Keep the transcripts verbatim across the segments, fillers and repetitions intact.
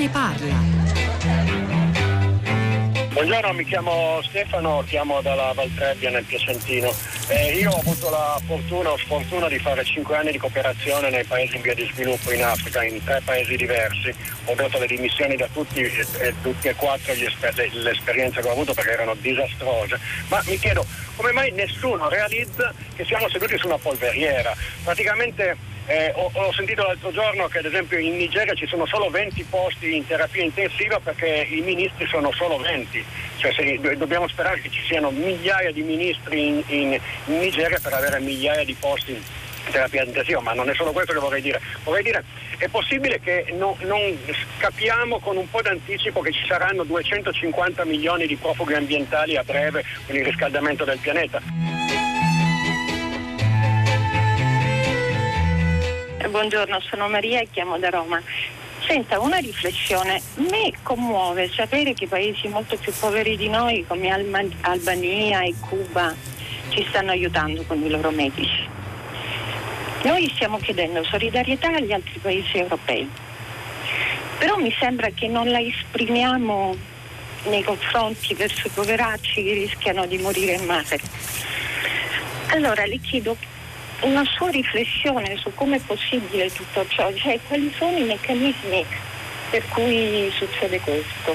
ne parla. Buongiorno, mi chiamo Stefano, chiamo dalla Valtrebbia nel Piacentino. Eh, io ho avuto la fortuna o sfortuna di fare cinque anni di cooperazione nei paesi in via di sviluppo in Africa, in tre paesi diversi. Ho dato le dimissioni da tutti e, e tutti e quattro gli esper- le, le esperienze che ho avuto perché erano disastrose. Ma mi chiedo come mai nessuno realizza che siamo seduti su una polveriera. Praticamente Eh, ho, ho sentito l'altro giorno che ad esempio in Nigeria ci sono solo venti posti in terapia intensiva perché i ministri sono solo venti, cioè se, do, dobbiamo sperare che ci siano migliaia di ministri in, in, in Nigeria per avere migliaia di posti in terapia intensiva, ma non è solo questo che vorrei dire. Vorrei dire, è possibile che no, non capiamo con un po' d'anticipo che ci saranno duecentocinquanta milioni di profughi ambientali a breve con il riscaldamento del pianeta? Buongiorno, sono Maria e chiamo da Roma. Senta, una riflessione. Me commuove sapere che paesi molto più poveri di noi come Alma- Albania e Cuba ci stanno aiutando con i loro medici. Noi stiamo chiedendo solidarietà agli altri paesi europei, però mi sembra che non la esprimiamo nei confronti verso i poveracci che rischiano di morire in mare. Allora le chiedo una sua riflessione su come è possibile tutto ciò, cioè quali sono i meccanismi per cui succede questo.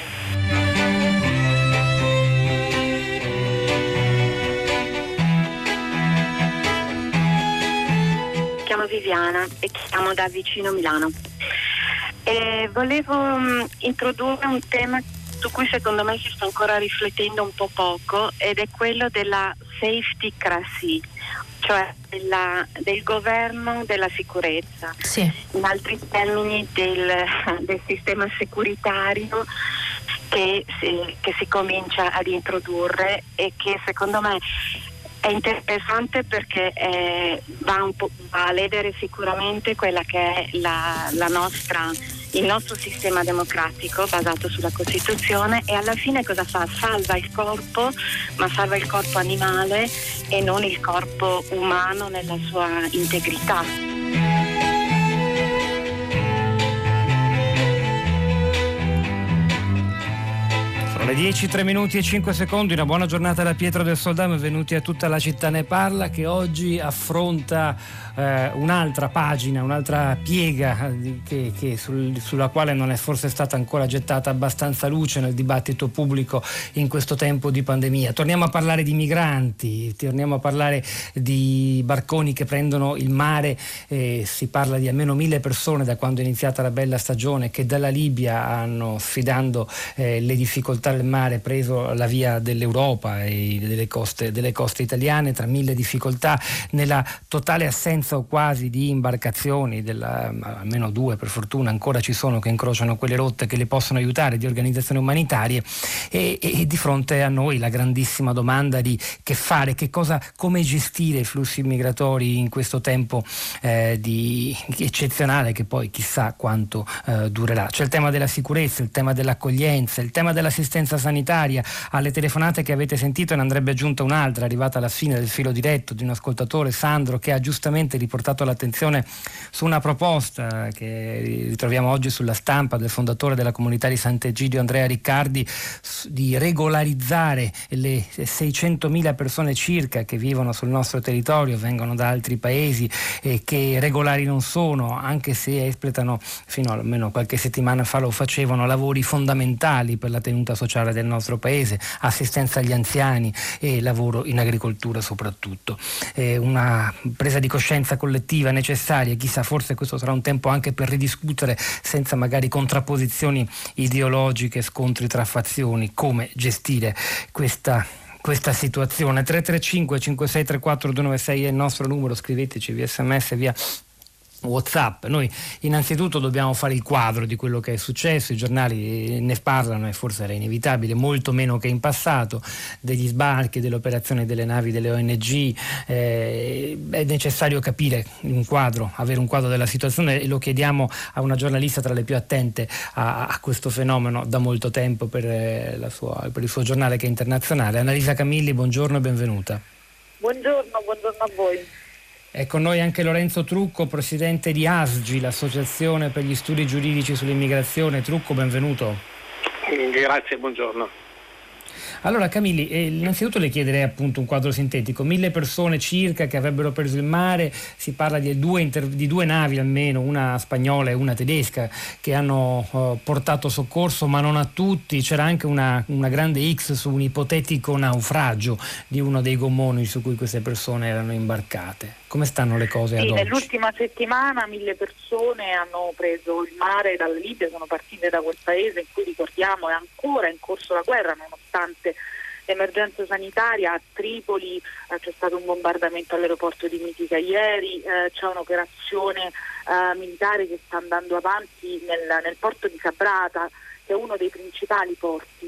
Chiamo Viviana e chiamo da vicino Milano. E volevo um, introdurre un tema su cui secondo me si sta ancora riflettendo un po' poco, ed è quello della safety cracy, cioè della, del governo della sicurezza, sì. In altri termini del, del sistema securitario che si, che si comincia ad introdurre e che secondo me è interessante perché eh, va, un po', va a ledere sicuramente quella che è la, la nostra, il nostro sistema democratico basato sulla Costituzione, e alla fine cosa fa? Salva il corpo, ma salva il corpo animale e non il corpo umano nella sua integrità. Le dieci, tre minuti e cinque secondi, una buona giornata da Pietro del Soldà, benvenuti a Tutta la città ne parla, che oggi affronta eh, un'altra pagina, un'altra piega eh, che, che sul, sulla quale non è forse stata ancora gettata abbastanza luce nel dibattito pubblico in questo tempo di pandemia. Torniamo a parlare di migranti, torniamo a parlare di barconi che prendono il mare, eh, si parla di almeno mille persone da quando è iniziata la bella stagione che dalla Libia hanno, sfidando eh, le difficoltà del mare, preso la via dell'Europa e delle coste, delle coste italiane, tra mille difficoltà, nella totale assenza o quasi di imbarcazioni, della, almeno due per fortuna ancora ci sono che incrociano quelle rotte che le possono aiutare, di organizzazioni umanitarie, e, e di fronte a noi la grandissima domanda di che fare, che cosa, come gestire i flussi migratori in questo tempo eh, di, eccezionale che poi chissà quanto eh, durerà. C'è il tema della sicurezza, il tema dell'accoglienza, il tema dell'assistenza sanitaria. Alle telefonate che avete sentito ne andrebbe aggiunta un'altra, arrivata alla fine del filo diretto, di un ascoltatore, Sandro, che ha giustamente riportato l'attenzione su una proposta che ritroviamo oggi sulla stampa del fondatore della comunità di Sant'Egidio, Andrea Riccardi, di regolarizzare le seicentomila persone circa che vivono sul nostro territorio, vengono da altri paesi e che regolari non sono, anche se espletano, fino almeno qualche settimana fa lo facevano, lavori fondamentali per la tenuta sociale del nostro paese, assistenza agli anziani e lavoro in agricoltura soprattutto. È una presa di coscienza collettiva necessaria, chissà, forse questo sarà un tempo anche per ridiscutere senza magari contrapposizioni ideologiche, scontri tra fazioni, come gestire questa questa situazione. Tre tre cinque cinque sei tre quattro due nove sei è il nostro numero, scriveteci via sms, via WhatsApp. Noi innanzitutto dobbiamo fare il quadro di quello che è successo, i giornali ne parlano e forse era inevitabile, molto meno che in passato, degli sbarchi, delle operazioni delle navi delle O N G. Eh, è necessario capire un quadro, avere un quadro della situazione, e lo chiediamo a una giornalista tra le più attente a, a questo fenomeno da molto tempo per, eh, la sua, per il suo giornale che è internazionale. Annalisa Camilli, buongiorno e benvenuta. Buongiorno, buongiorno a voi. È con noi anche Lorenzo Trucco, presidente di A S G I, l'Associazione per gli Studi Giuridici sull'Immigrazione. Trucco, benvenuto. Grazie, buongiorno. Allora Camilli, eh, innanzitutto le chiederei appunto un quadro sintetico. Mille persone circa che avrebbero preso il mare, si parla di due, inter- di due navi almeno, una spagnola e una tedesca, che hanno eh, portato soccorso, ma non a tutti. C'era anche una, una grande X su un ipotetico naufragio di uno dei gommoni su cui queste persone erano imbarcate. Come stanno le cose sì, ad oggi? Nell'ultima settimana mille persone hanno preso il mare dalla Libia, sono partite da quel paese in cui, ricordiamo, è ancora in corso la guerra, nonostante l'emergenza sanitaria. A Tripoli eh, c'è stato un bombardamento all'aeroporto di Mitica ieri, eh, c'è un'operazione eh, militare che sta andando avanti nel, nel porto di Sabrata, che è uno dei principali porti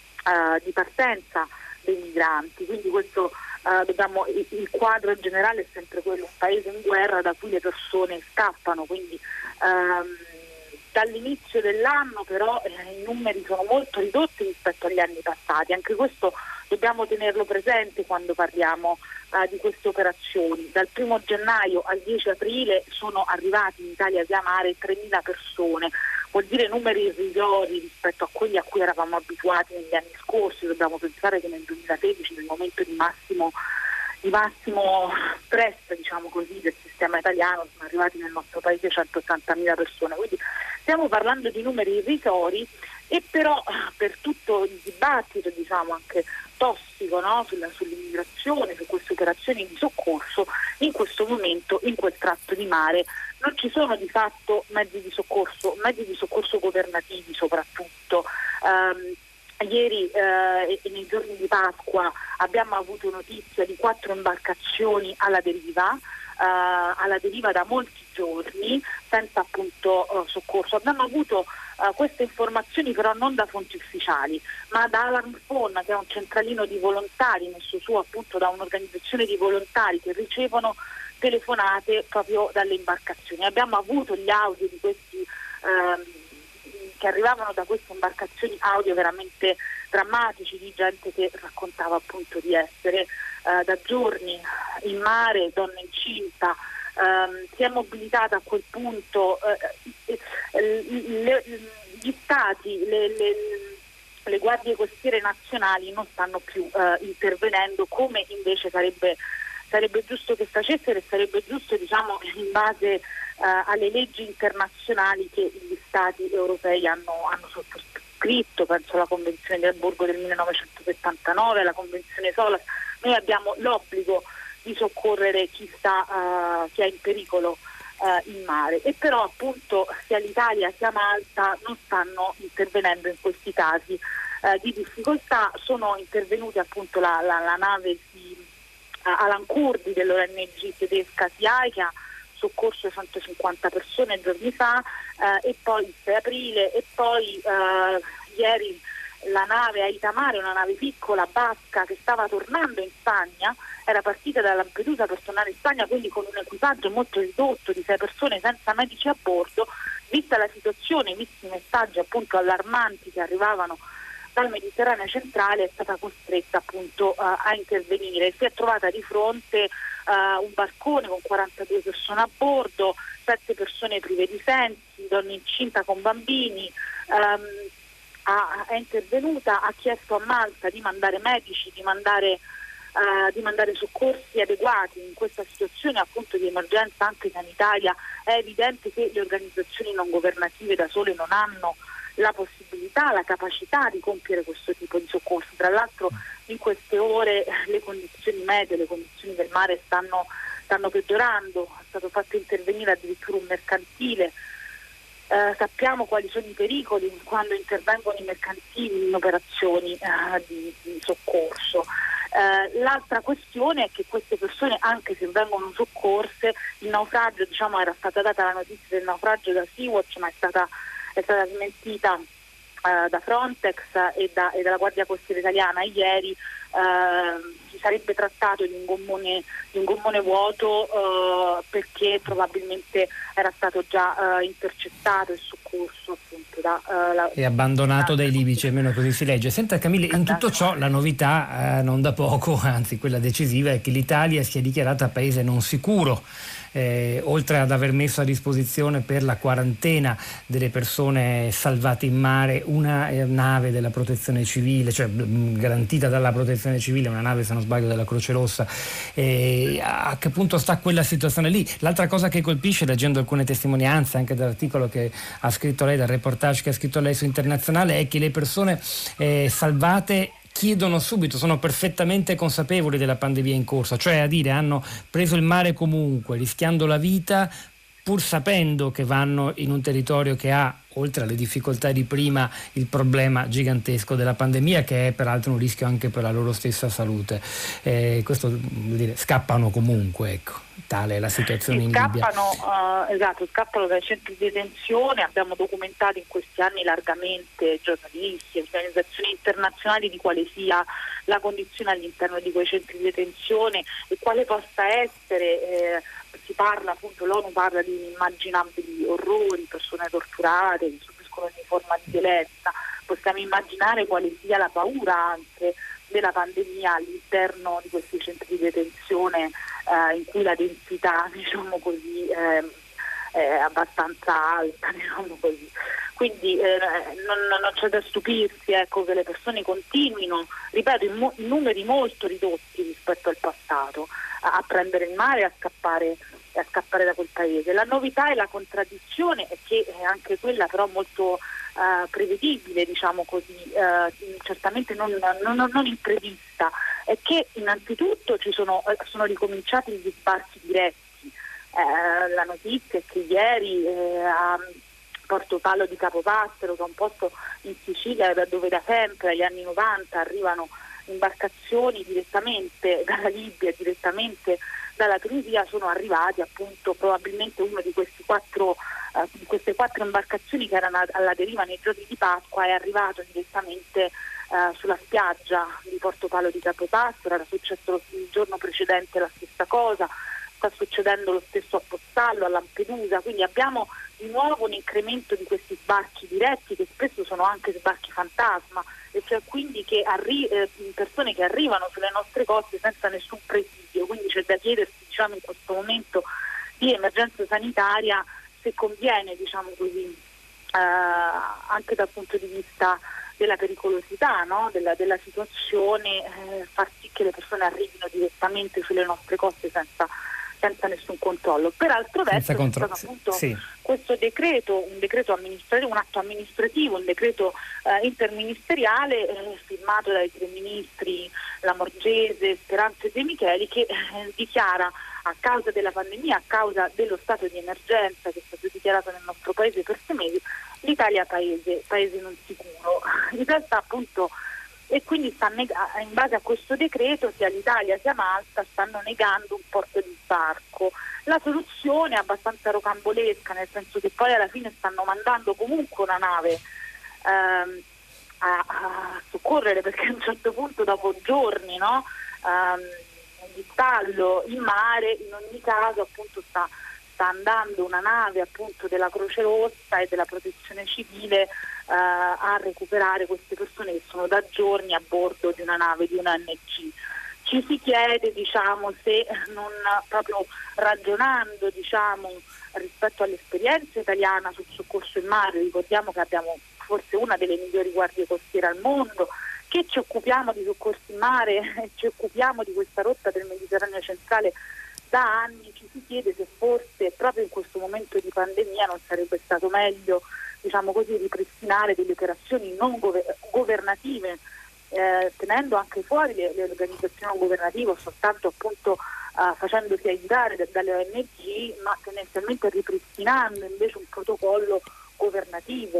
eh, di partenza dei migranti, quindi questo Uh, dobbiamo, il, il quadro in generale è sempre quello, un paese in guerra da cui le persone scappano, quindi um, dall'inizio dell'anno però eh, i numeri sono molto ridotti rispetto agli anni passati. Anche questo dobbiamo tenerlo presente quando parliamo uh, di queste operazioni. Dal primo gennaio al dieci aprile sono arrivati in Italia via mare tremila persone, vuol dire numeri irrisori rispetto a quelli a cui eravamo abituati negli anni scorsi. Dobbiamo pensare che nel duemilasedici, nel momento di massimo di massimo stress, diciamo così, del sistema italiano, sono arrivati nel nostro paese centottantamila persone, quindi stiamo parlando di numeri irrisori. E però per tutto il dibattito, diciamo anche tossico, no? Sulla, sull'immigrazione, su queste operazioni di soccorso, in questo momento in quel tratto di mare non ci sono di fatto mezzi di soccorso, mezzi di soccorso governativi soprattutto. Um, Ieri eh, e nei giorni di Pasqua abbiamo avuto notizia di quattro imbarcazioni alla deriva, eh, alla deriva da molti giorni, senza appunto eh, soccorso. Abbiamo avuto eh, queste informazioni però non da fonti ufficiali, ma da Alarm Phone, che è un centralino di volontari messo su appunto da un'organizzazione di volontari che ricevono telefonate proprio dalle imbarcazioni. Abbiamo avuto gli audio di questi ehm, che arrivavano da queste imbarcazioni, audio veramente drammatici di gente che raccontava appunto di essere eh, da giorni in mare, donna incinta. ehm, si è mobilitata a quel punto eh, eh, le, gli stati, le, le, le guardie costiere nazionali non stanno più eh, intervenendo come invece sarebbe sarebbe giusto che facessero, e sarebbe giusto, diciamo, in base Uh, alle leggi internazionali che gli stati europei hanno, hanno sottoscritto. Penso alla Convenzione di Amburgo del millenovecentosettantanove, alla Convenzione SOLAS. Noi abbiamo l'obbligo di soccorrere chi sta uh, chi è in pericolo uh, in mare, e però appunto sia l'Italia sia Malta non stanno intervenendo in questi casi uh, di difficoltà. Sono intervenute appunto la, la, la nave di uh, Alan Kurdi dell'O N G tedesca S I A E, che ha soccorso centocinquanta persone giorni fa, eh, e poi il sei aprile, e poi eh, ieri la nave Aita Mare, una nave piccola basca che stava tornando in Spagna, era partita da Lampedusa per tornare in Spagna, quindi con un equipaggio molto ridotto di sei persone senza medici a bordo. Vista la situazione, visti i messaggi appunto allarmanti che arrivavano dal Mediterraneo centrale, è stata costretta appunto uh, a intervenire. Si è trovata di fronte uh, un barcone con quarantadue persone a bordo, sette persone prive di sensi, donne incinta con bambini. Um, ha, è intervenuta, ha chiesto a Malta di mandare medici, di mandare, uh, di mandare soccorsi adeguati. In questa situazione appunto di emergenza anche sanitaria è evidente che le organizzazioni non governative da sole non hanno la possibilità, la capacità di compiere questo tipo di soccorsi. Tra l'altro in queste ore le condizioni meteo, le condizioni del mare stanno, stanno peggiorando, è stato fatto intervenire addirittura un mercantile. Eh, sappiamo quali sono i pericoli quando intervengono i mercantili in operazioni eh, di, di soccorso. Eh, l'altra questione è che queste persone, anche se vengono soccorse, il naufragio, diciamo, era stata data la notizia del naufragio da Sea-Watch, ma è stata è stata smentita uh, da Frontex e, da, e dalla Guardia Costiera Italiana ieri uh, si sarebbe trattato di un gommone, di un gommone vuoto uh, perché probabilmente era stato già uh, intercettato e soccorso appunto da uh, la, e abbandonato dai libici, almeno così si legge. Senta Camille, in tutto ciò la novità eh, non da poco, anzi quella decisiva, è che l'Italia si è dichiarata paese non sicuro. Eh, oltre ad aver messo a disposizione per la quarantena delle persone salvate in mare una eh, nave della protezione civile, cioè mh, garantita dalla protezione civile, una nave se non sbaglio della Croce Rossa, eh, a che punto sta quella situazione lì? L'altra cosa che colpisce, leggendo alcune testimonianze anche dall'articolo che ha scritto lei, dal reportage che ha scritto lei su Internazionale, è che le persone eh, salvate chiedono subito, sono perfettamente consapevoli della pandemia in corso, cioè a dire hanno preso il mare comunque, rischiando la vita, pur sapendo che vanno in un territorio che ha, oltre alle difficoltà di prima, il problema gigantesco della pandemia, che è peraltro un rischio anche per la loro stessa salute. Eh, questo vuol dire scappano comunque, ecco. Tale è la situazione in Libia. Scappano, uh, esatto, scappano dai centri di detenzione. Abbiamo documentato in questi anni largamente, giornalisti, organizzazioni internazionali, di quale sia la condizione all'interno di quei centri di detenzione e quale possa essere. Eh, si parla appunto, l'ONU parla di inimmaginabili orrori, persone torturate che subiscono ogni forma di violenza. Possiamo immaginare quale sia la paura anche della pandemia all'interno di questi centri di detenzione eh, in cui la densità, diciamo così, eh, è abbastanza alta, diciamo così. Quindi eh, non, non c'è da stupirsi, ecco, che le persone continuino, ripeto, in, mo- in numeri molto ridotti rispetto al passato, a, a prendere il mare e a scappare, a scappare da quel paese. La novità e la contraddizione è che è anche quella però molto Uh, prevedibile, diciamo così, uh, certamente non, non, non imprevista, è che innanzitutto ci sono, sono ricominciati gli sbarchi diretti. Uh, la notizia è che ieri uh, a Portopalo di Capopastero, che è un posto in Sicilia da dove da sempre, agli anni novanta, arrivano imbarcazioni direttamente dalla Libia, direttamente dalla Tunisia, sono arrivati appunto probabilmente uno di questi quattro uh, di queste quattro imbarcazioni che erano alla deriva nei giorni di Pasqua, è arrivato direttamente uh, sulla spiaggia di Portopalo di Capopastero. Era successo il giorno precedente la stessa cosa, sta succedendo lo stesso a Pozzallo, a Lampedusa, quindi abbiamo di nuovo un incremento di questi sbarchi diretti, che spesso sono anche sbarchi fantasma, e cioè quindi che arri- eh, persone che arrivano sulle nostre coste senza nessun presidio. Quindi c'è da chiedersi, diciamo, in questo momento di emergenza sanitaria, se conviene, diciamo così, eh, anche dal punto di vista della pericolosità, no? della, della situazione, eh, far sì che le persone arrivino direttamente sulle nostre coste senza senza nessun controllo. Per altro verso c'è stato appunto sì. questo decreto, un decreto amministrativo, un atto amministrativo, un decreto eh, interministeriale eh, firmato dai tre ministri Lamorgese, Speranza e De Micheli, che eh, dichiara, a causa della pandemia, a causa dello stato di emergenza che è stato dichiarato nel nostro paese per sei mesi, l'Italia paese, paese non sicuro. In realtà appunto, e quindi sta neg- in base a questo decreto sia l'Italia sia Malta stanno negando un porto di sbarco. La soluzione è abbastanza rocambolesca, nel senso che poi alla fine stanno mandando comunque una nave ehm, a, a soccorrere, perché a un certo punto, dopo giorni, no, ehm, di stallo in mare, in ogni caso appunto sta sta andando una nave appunto della Croce Rossa e della Protezione Civile Uh, a recuperare queste persone che sono da giorni a bordo di una nave di una O N G. Ci si chiede, diciamo, se non proprio ragionando, diciamo, rispetto all'esperienza italiana sul soccorso in mare, ricordiamo che abbiamo forse una delle migliori guardie costiere al mondo, che ci occupiamo di soccorso in mare e ci occupiamo di questa rotta del Mediterraneo centrale da anni, ci si chiede se forse proprio in questo momento di pandemia non sarebbe stato meglio, diciamo così, ripristinare delle operazioni non gover- governative, eh, tenendo anche fuori le, le organizzazioni non governative, soltanto appunto uh, facendosi aiutare da, dalle O N G, ma tendenzialmente ripristinando invece un protocollo governativo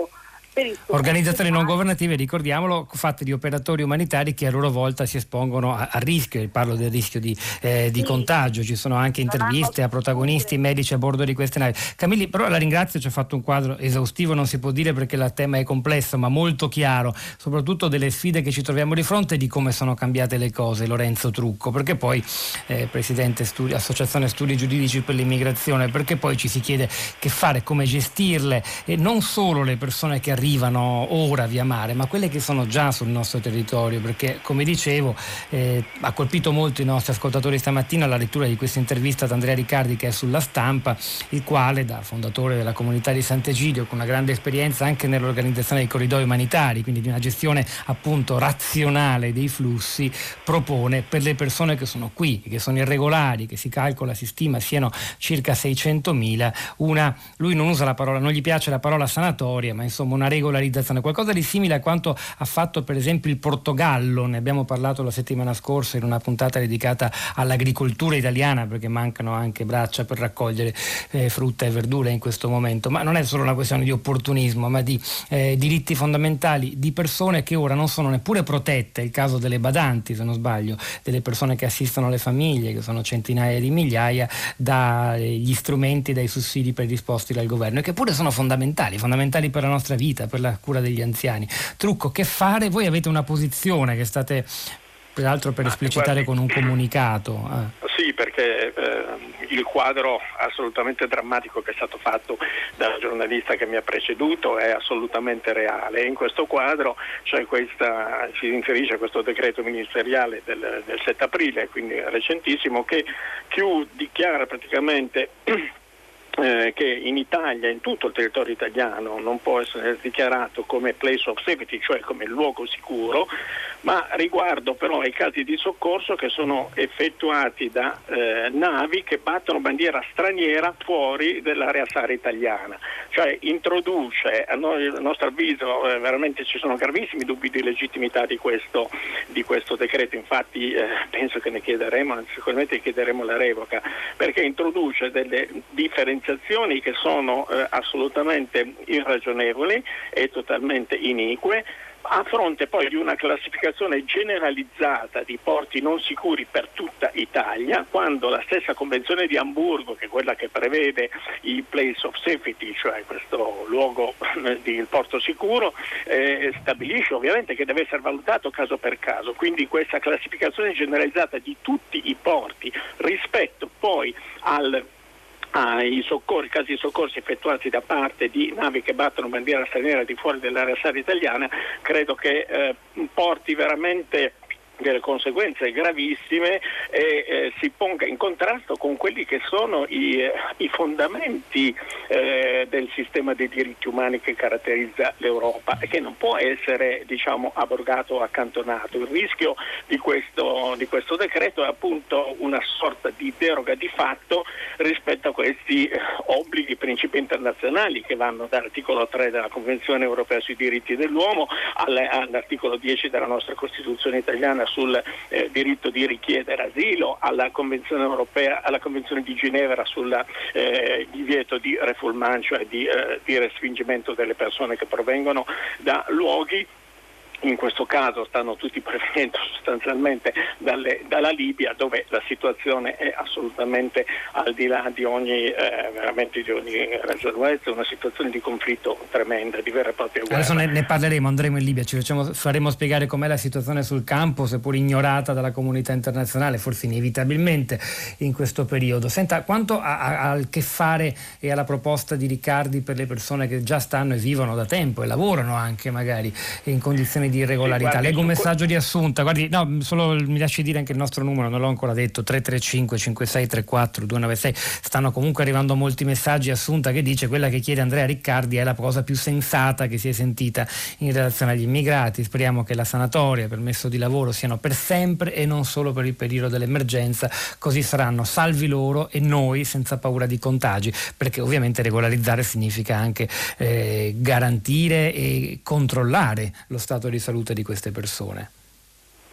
Organizzazioni non governative, ricordiamolo, fatte di operatori umanitari che a loro volta si espongono a, a rischio, parlo del rischio di, eh, di sì. contagio, ci sono anche interviste a protagonisti medici a bordo di queste navi. Camilli, però la ringrazio, ci ha fatto un quadro esaustivo, non si può dire perché il tema è complesso, ma molto chiaro, soprattutto delle sfide che ci troviamo di fronte e di come sono cambiate le cose. Lorenzo Trucco, perché poi eh, Presidente studi, Associazione Studi Giuridici per l'Immigrazione, perché poi ci si chiede che fare, come gestirle, e non solo le persone che arrivano ora via mare, ma quelle che sono già sul nostro territorio, perché come dicevo eh, ha colpito molto i nostri ascoltatori stamattina la lettura di questa intervista ad Andrea Riccardi che è sulla Stampa, il quale, da fondatore della comunità di Sant'Egidio, con una grande esperienza anche nell'organizzazione dei corridoi umanitari, quindi di una gestione appunto razionale dei flussi, propone per le persone che sono qui, che sono irregolari, che si calcola, si stima siano circa seicentomila, una, lui non usa la parola, non gli piace la parola sanatoria, ma insomma una regolarizzazione, qualcosa di simile a quanto ha fatto per esempio il Portogallo. Ne abbiamo parlato la settimana scorsa in una puntata dedicata all'agricoltura italiana, perché mancano anche braccia per raccogliere eh, frutta e verdura in questo momento, ma non è solo una questione di opportunismo, ma di eh, diritti fondamentali di persone che ora non sono neppure protette, è il caso delle badanti se non sbaglio, delle persone che assistono le famiglie, che sono centinaia di migliaia, dagli strumenti, dai sussidi predisposti dal governo, e che pure sono fondamentali, fondamentali per la nostra vita, per la cura degli anziani. Trucco, che fare? Voi avete una posizione che state, peraltro, per esplicitare con un comunicato. Eh. Sì, perché eh, il quadro assolutamente drammatico che è stato fatto dalla giornalista che mi ha preceduto è assolutamente reale. In questo quadro c'è questa, si inserisce questo decreto ministeriale del, del sette aprile, quindi recentissimo, che chiud, dichiara praticamente Eh, che in Italia, in tutto il territorio italiano, non può essere dichiarato come place of safety, cioè come luogo sicuro, ma riguardo però ai casi di soccorso che sono effettuati da eh, navi che battono bandiera straniera fuori dell'area S A R italiana. Cioè introduce, a, noi, a nostro avviso eh, veramente ci sono gravissimi dubbi di legittimità di questo, di questo decreto, infatti eh, penso che ne chiederemo, sicuramente chiederemo la revoca, perché introduce delle differenziazioni che sono eh, assolutamente irragionevoli e totalmente inique, a fronte poi di una classificazione generalizzata di porti non sicuri per tutta Italia, quando la stessa Convenzione di Amburgo, che è quella che prevede il place of safety, cioè questo luogo di il porto sicuro, eh, stabilisce ovviamente che deve essere valutato caso per caso. Quindi questa classificazione generalizzata di tutti i porti rispetto poi al ai soccorsi, casi di soccorsi effettuati da parte di navi che battono bandiera straniera di fuori dell'area S A R italiana, credo che eh, porti veramente delle conseguenze gravissime e eh, si ponga in contrasto con quelli che sono i, eh, i fondamenti eh, del sistema dei diritti umani che caratterizza l'Europa e che non può essere, diciamo, abrogato o accantonato. Il rischio di questo, di questo decreto è appunto una sorta di deroga di fatto rispetto a questi eh, obblighi, principi internazionali che vanno dall'articolo tre della Convenzione europea sui diritti dell'uomo alle, all'articolo dieci della nostra Costituzione italiana sul eh, diritto di richiedere asilo, alla Convenzione europea, alla Convenzione di Ginevra sul eh, divieto di refoulement, cioè di, eh, di respingimento delle persone che provengono da luoghi. In questo caso stanno tutti provenendo sostanzialmente dalle, dalla Libia, dove la situazione è assolutamente al di là di ogni eh, veramente di ogni ragionevolezza, una situazione di conflitto tremenda, di vera e propria guerra. Adesso ne, ne parleremo, andremo in Libia, ci facciamo, faremo spiegare com'è la situazione sul campo, seppur ignorata dalla comunità internazionale, forse inevitabilmente in questo periodo. Senta, quanto al che fare e alla proposta di Riccardi per le persone che già stanno e vivono da tempo e lavorano anche magari in condizioni di irregolarità. Sì, leggo un messaggio di Assunta, guardi, no, solo mi lasci dire anche il nostro numero, non l'ho ancora detto, tre tre cinque cinque sei tre quattro due nove sei. Stanno comunque arrivando molti messaggi. Assunta che dice: quella che chiede Andrea Riccardi è la cosa più sensata che si è sentita in relazione agli immigrati, speriamo che la sanatoria e il permesso di lavoro siano per sempre e non solo per il periodo dell'emergenza, così saranno salvi loro e noi senza paura di contagi, perché ovviamente regolarizzare significa anche eh, garantire e controllare lo stato di salute di queste persone.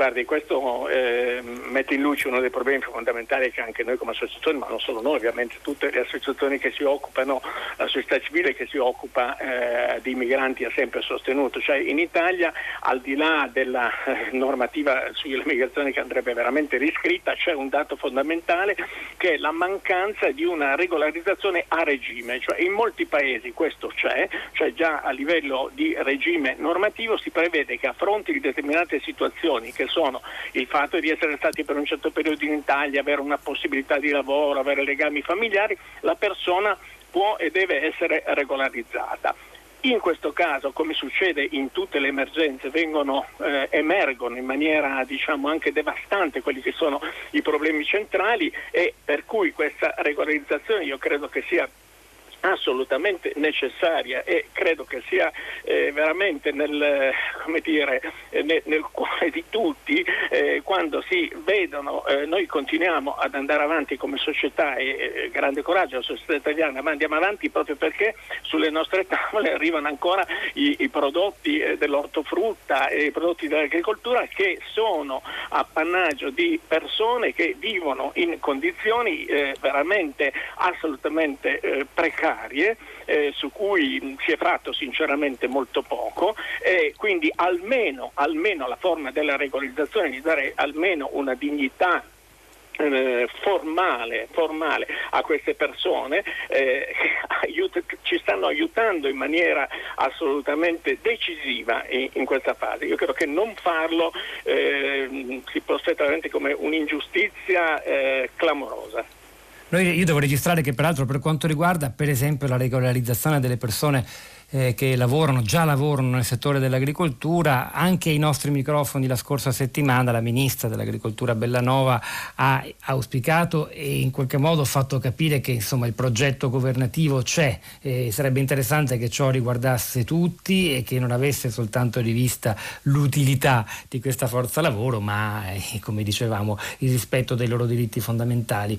Guardi, questo eh, mette in luce uno dei problemi fondamentali che anche noi come associazioni, ma non solo noi, ovviamente tutte le associazioni che si occupano, la società civile che si occupa eh, di migranti ha sempre sostenuto. Cioè in Italia, al di là della eh, normativa sulle migrazioni che andrebbe veramente riscritta, c'è un dato fondamentale che è la mancanza di una regolarizzazione a regime. Cioè in molti paesi questo c'è, cioè già a livello di regime normativo si prevede che a fronte di determinate situazioni che sono il fatto di essere stati per un certo periodo in Italia, avere una possibilità di lavoro, avere legami familiari, la persona può e deve essere regolarizzata. In questo caso, come succede in tutte le emergenze, vengono, eh, emergono in maniera diciamo anche devastante quelli che sono i problemi centrali, e per cui questa regolarizzazione io credo che sia assolutamente necessaria, e credo che sia eh, veramente nel, come dire, nel, nel cuore di tutti eh, quando si vedono, eh, noi continuiamo ad andare avanti come società, e eh, grande coraggio la società italiana, ma andiamo avanti proprio perché sulle nostre tavole arrivano ancora i, i prodotti eh, dell'ortofrutta e i prodotti dell'agricoltura che sono appannaggio di persone che vivono in condizioni eh, veramente assolutamente eh, precarie, Eh, su cui si è fatto sinceramente molto poco, e quindi almeno, almeno la forma della regolarizzazione, di dare almeno una dignità eh, formale, formale a queste persone, eh, aiuta, ci stanno aiutando in maniera assolutamente decisiva in, in questa fase. Io credo che non farlo eh, si prospetta veramente come un'ingiustizia eh, clamorosa. Noi, io devo registrare che peraltro per quanto riguarda per esempio la regolarizzazione delle persone eh, che lavorano, già lavorano nel settore dell'agricoltura, anche ai nostri microfoni la scorsa settimana la ministra dell'agricoltura Bellanova ha auspicato e in qualche modo fatto capire che insomma il progetto governativo c'è, eh, sarebbe interessante che ciò riguardasse tutti e che non avesse soltanto di vista l'utilità di questa forza lavoro, ma eh, come dicevamo il rispetto dei loro diritti fondamentali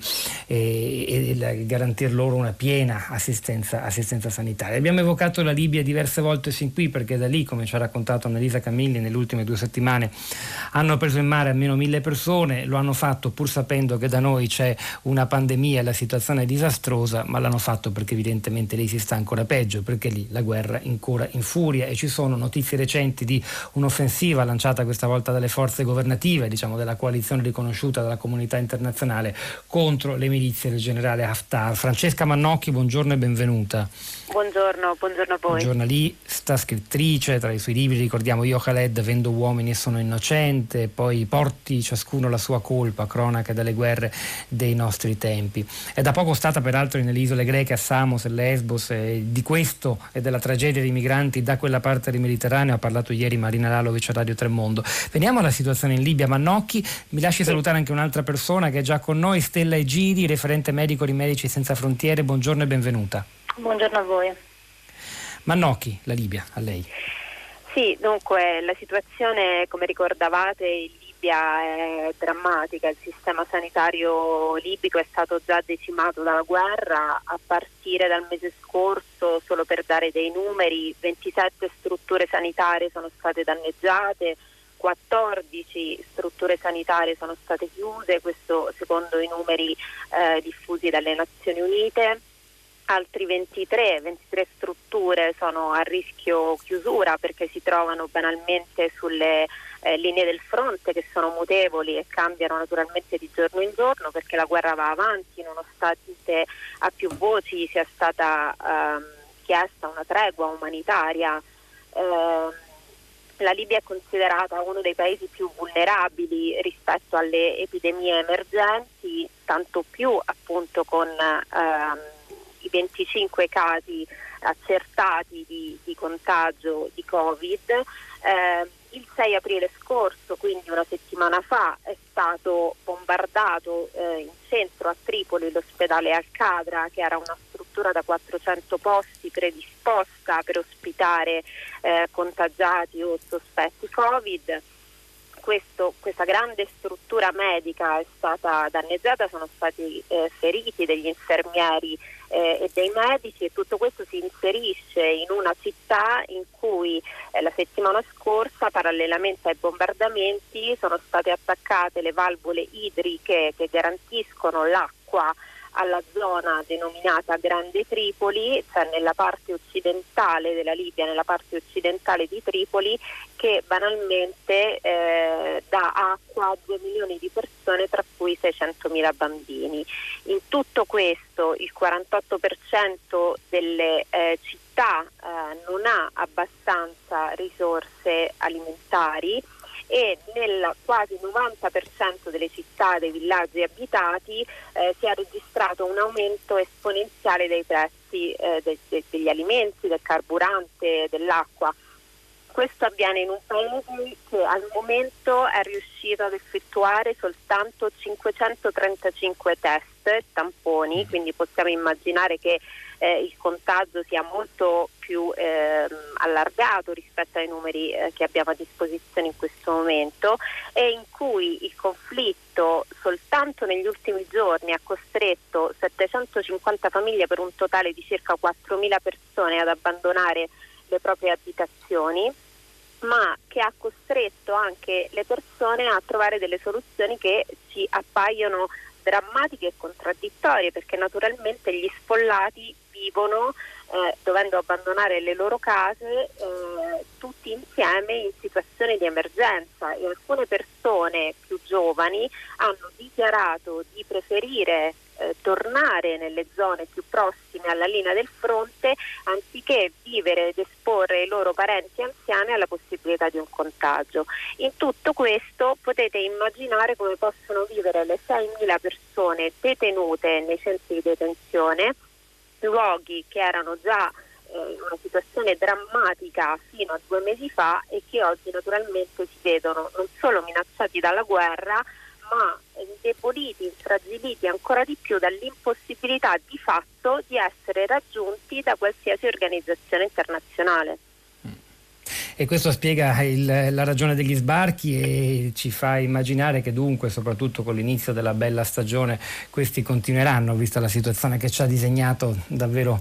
e, e il garantir loro una piena assistenza, assistenza sanitaria. Abbiamo evocato la Libia diverse volte sin qui perché da lì, come ci ha raccontato Annalisa Camilli, nelle ultime due settimane hanno preso in mare almeno mille persone, lo hanno fatto pur sapendo che da noi c'è una pandemia e la situazione è disastrosa, ma l'hanno fatto perché evidentemente lì si sta ancora peggio, perché lì la guerra è ancora in furia e ci sono notizie recenti di un'offensiva lanciata questa volta dalle forze governative, diciamo della coalizione riconosciuta dalla comunità internazionale contro le milizie del generale Haftar. Francesca Mannocchi, buongiorno e benvenuta. Buongiorno, buongiorno a voi. Giornalista, scrittrice, tra i suoi libri ricordiamo Io Khaled, Vendo uomini e sono innocente, poi Porti ciascuno la sua colpa, cronache delle guerre dei nostri tempi. È da poco stata peraltro nelle isole greche, a Samos e Lesbos, e di questo e della tragedia dei migranti da quella parte del Mediterraneo ha parlato ieri Marina Lalovic a Radio Tremondo. Veniamo alla situazione in Libia. Mannocchi, mi lasci salutare anche un'altra persona che è già con noi, Stella Egidi, referente medico di Medici Senza Frontiere, buongiorno e benvenuta. Buongiorno a voi. Mannocchi, la Libia, a lei. Sì, dunque la situazione, come ricordavate, in Libia è drammatica. Il sistema sanitario libico è stato già decimato dalla guerra a partire dal mese scorso. Solo per dare dei numeri, ventisette strutture sanitarie sono state danneggiate, quattordici strutture sanitarie sono state chiuse, questo secondo i numeri eh, diffusi dalle Nazioni Unite. Altri ventitré, ventitré strutture sono a rischio chiusura perché si trovano banalmente sulle eh, linee del fronte, che sono mutevoli e cambiano naturalmente di giorno in giorno perché la guerra va avanti, nonostante a più voci sia stata ehm, chiesta una tregua umanitaria. Eh, la Libia è considerata uno dei paesi più vulnerabili rispetto alle epidemie emergenti, tanto più appunto con ehm, i venticinque casi accertati di, di contagio di Covid. Eh, il sei aprile scorso, quindi una settimana fa, è stato bombardato eh, in centro a Tripoli l'ospedale Al-Qadra, che era una struttura da quattrocento posti predisposta per ospitare eh, contagiati o sospetti Covid. questo, questa grande struttura medica è stata danneggiata, sono stati eh, feriti degli infermieri eh, e dei medici, e tutto questo si inserisce in una città in cui eh, la settimana scorsa, parallelamente ai bombardamenti, sono state attaccate le valvole idriche che garantiscono l'acqua alla zona denominata Grande Tripoli, cioè nella parte occidentale della Libia, nella parte occidentale di Tripoli, che banalmente eh, dà acqua a due milioni di persone, tra cui seicentomila bambini. In tutto questo il quarantotto per cento delle eh, città eh, non ha abbastanza risorse alimentari, e nel quasi novanta per cento delle città, dei villaggi abitati eh, si è registrato un aumento esponenziale dei prezzi eh, de- de- degli alimenti, del carburante, dell'acqua. Questo avviene in un paese che al momento è riuscito ad effettuare soltanto cinquecentotrentacinque test tamponi, quindi possiamo immaginare che eh, il contagio sia molto più eh, allargato rispetto ai numeri eh, che abbiamo a disposizione in questo momento, e in cui il conflitto soltanto negli ultimi giorni ha costretto settecentocinquanta famiglie, per un totale di circa quattromila persone, ad abbandonare le proprie abitazioni, ma che ha costretto anche le persone a trovare delle soluzioni che ci appaiono drammatiche e contraddittorie, perché naturalmente gli sfollati vivono eh, dovendo abbandonare le loro case eh, tutti insieme in situazioni di emergenza, e alcune persone più giovani hanno dichiarato di preferire eh, tornare nelle zone più prossime alla linea del fronte anziché vivere ed esporre i loro parenti anziani alla possibilità di un contagio. In tutto questo potete immaginare come possono vivere le seimila persone detenute nei centri di detenzione, luoghi che erano già eh, in una situazione drammatica fino a due mesi fa, e che oggi naturalmente si vedono non solo minacciati dalla guerra, ma indeboliti, infragiliti ancora di più dall'impossibilità di fatto di essere raggiunti da qualsiasi organizzazione internazionale. E questo spiega il, la ragione degli sbarchi, e ci fa immaginare che dunque, soprattutto con l'inizio della bella stagione, questi continueranno, vista la situazione che ci ha disegnato davvero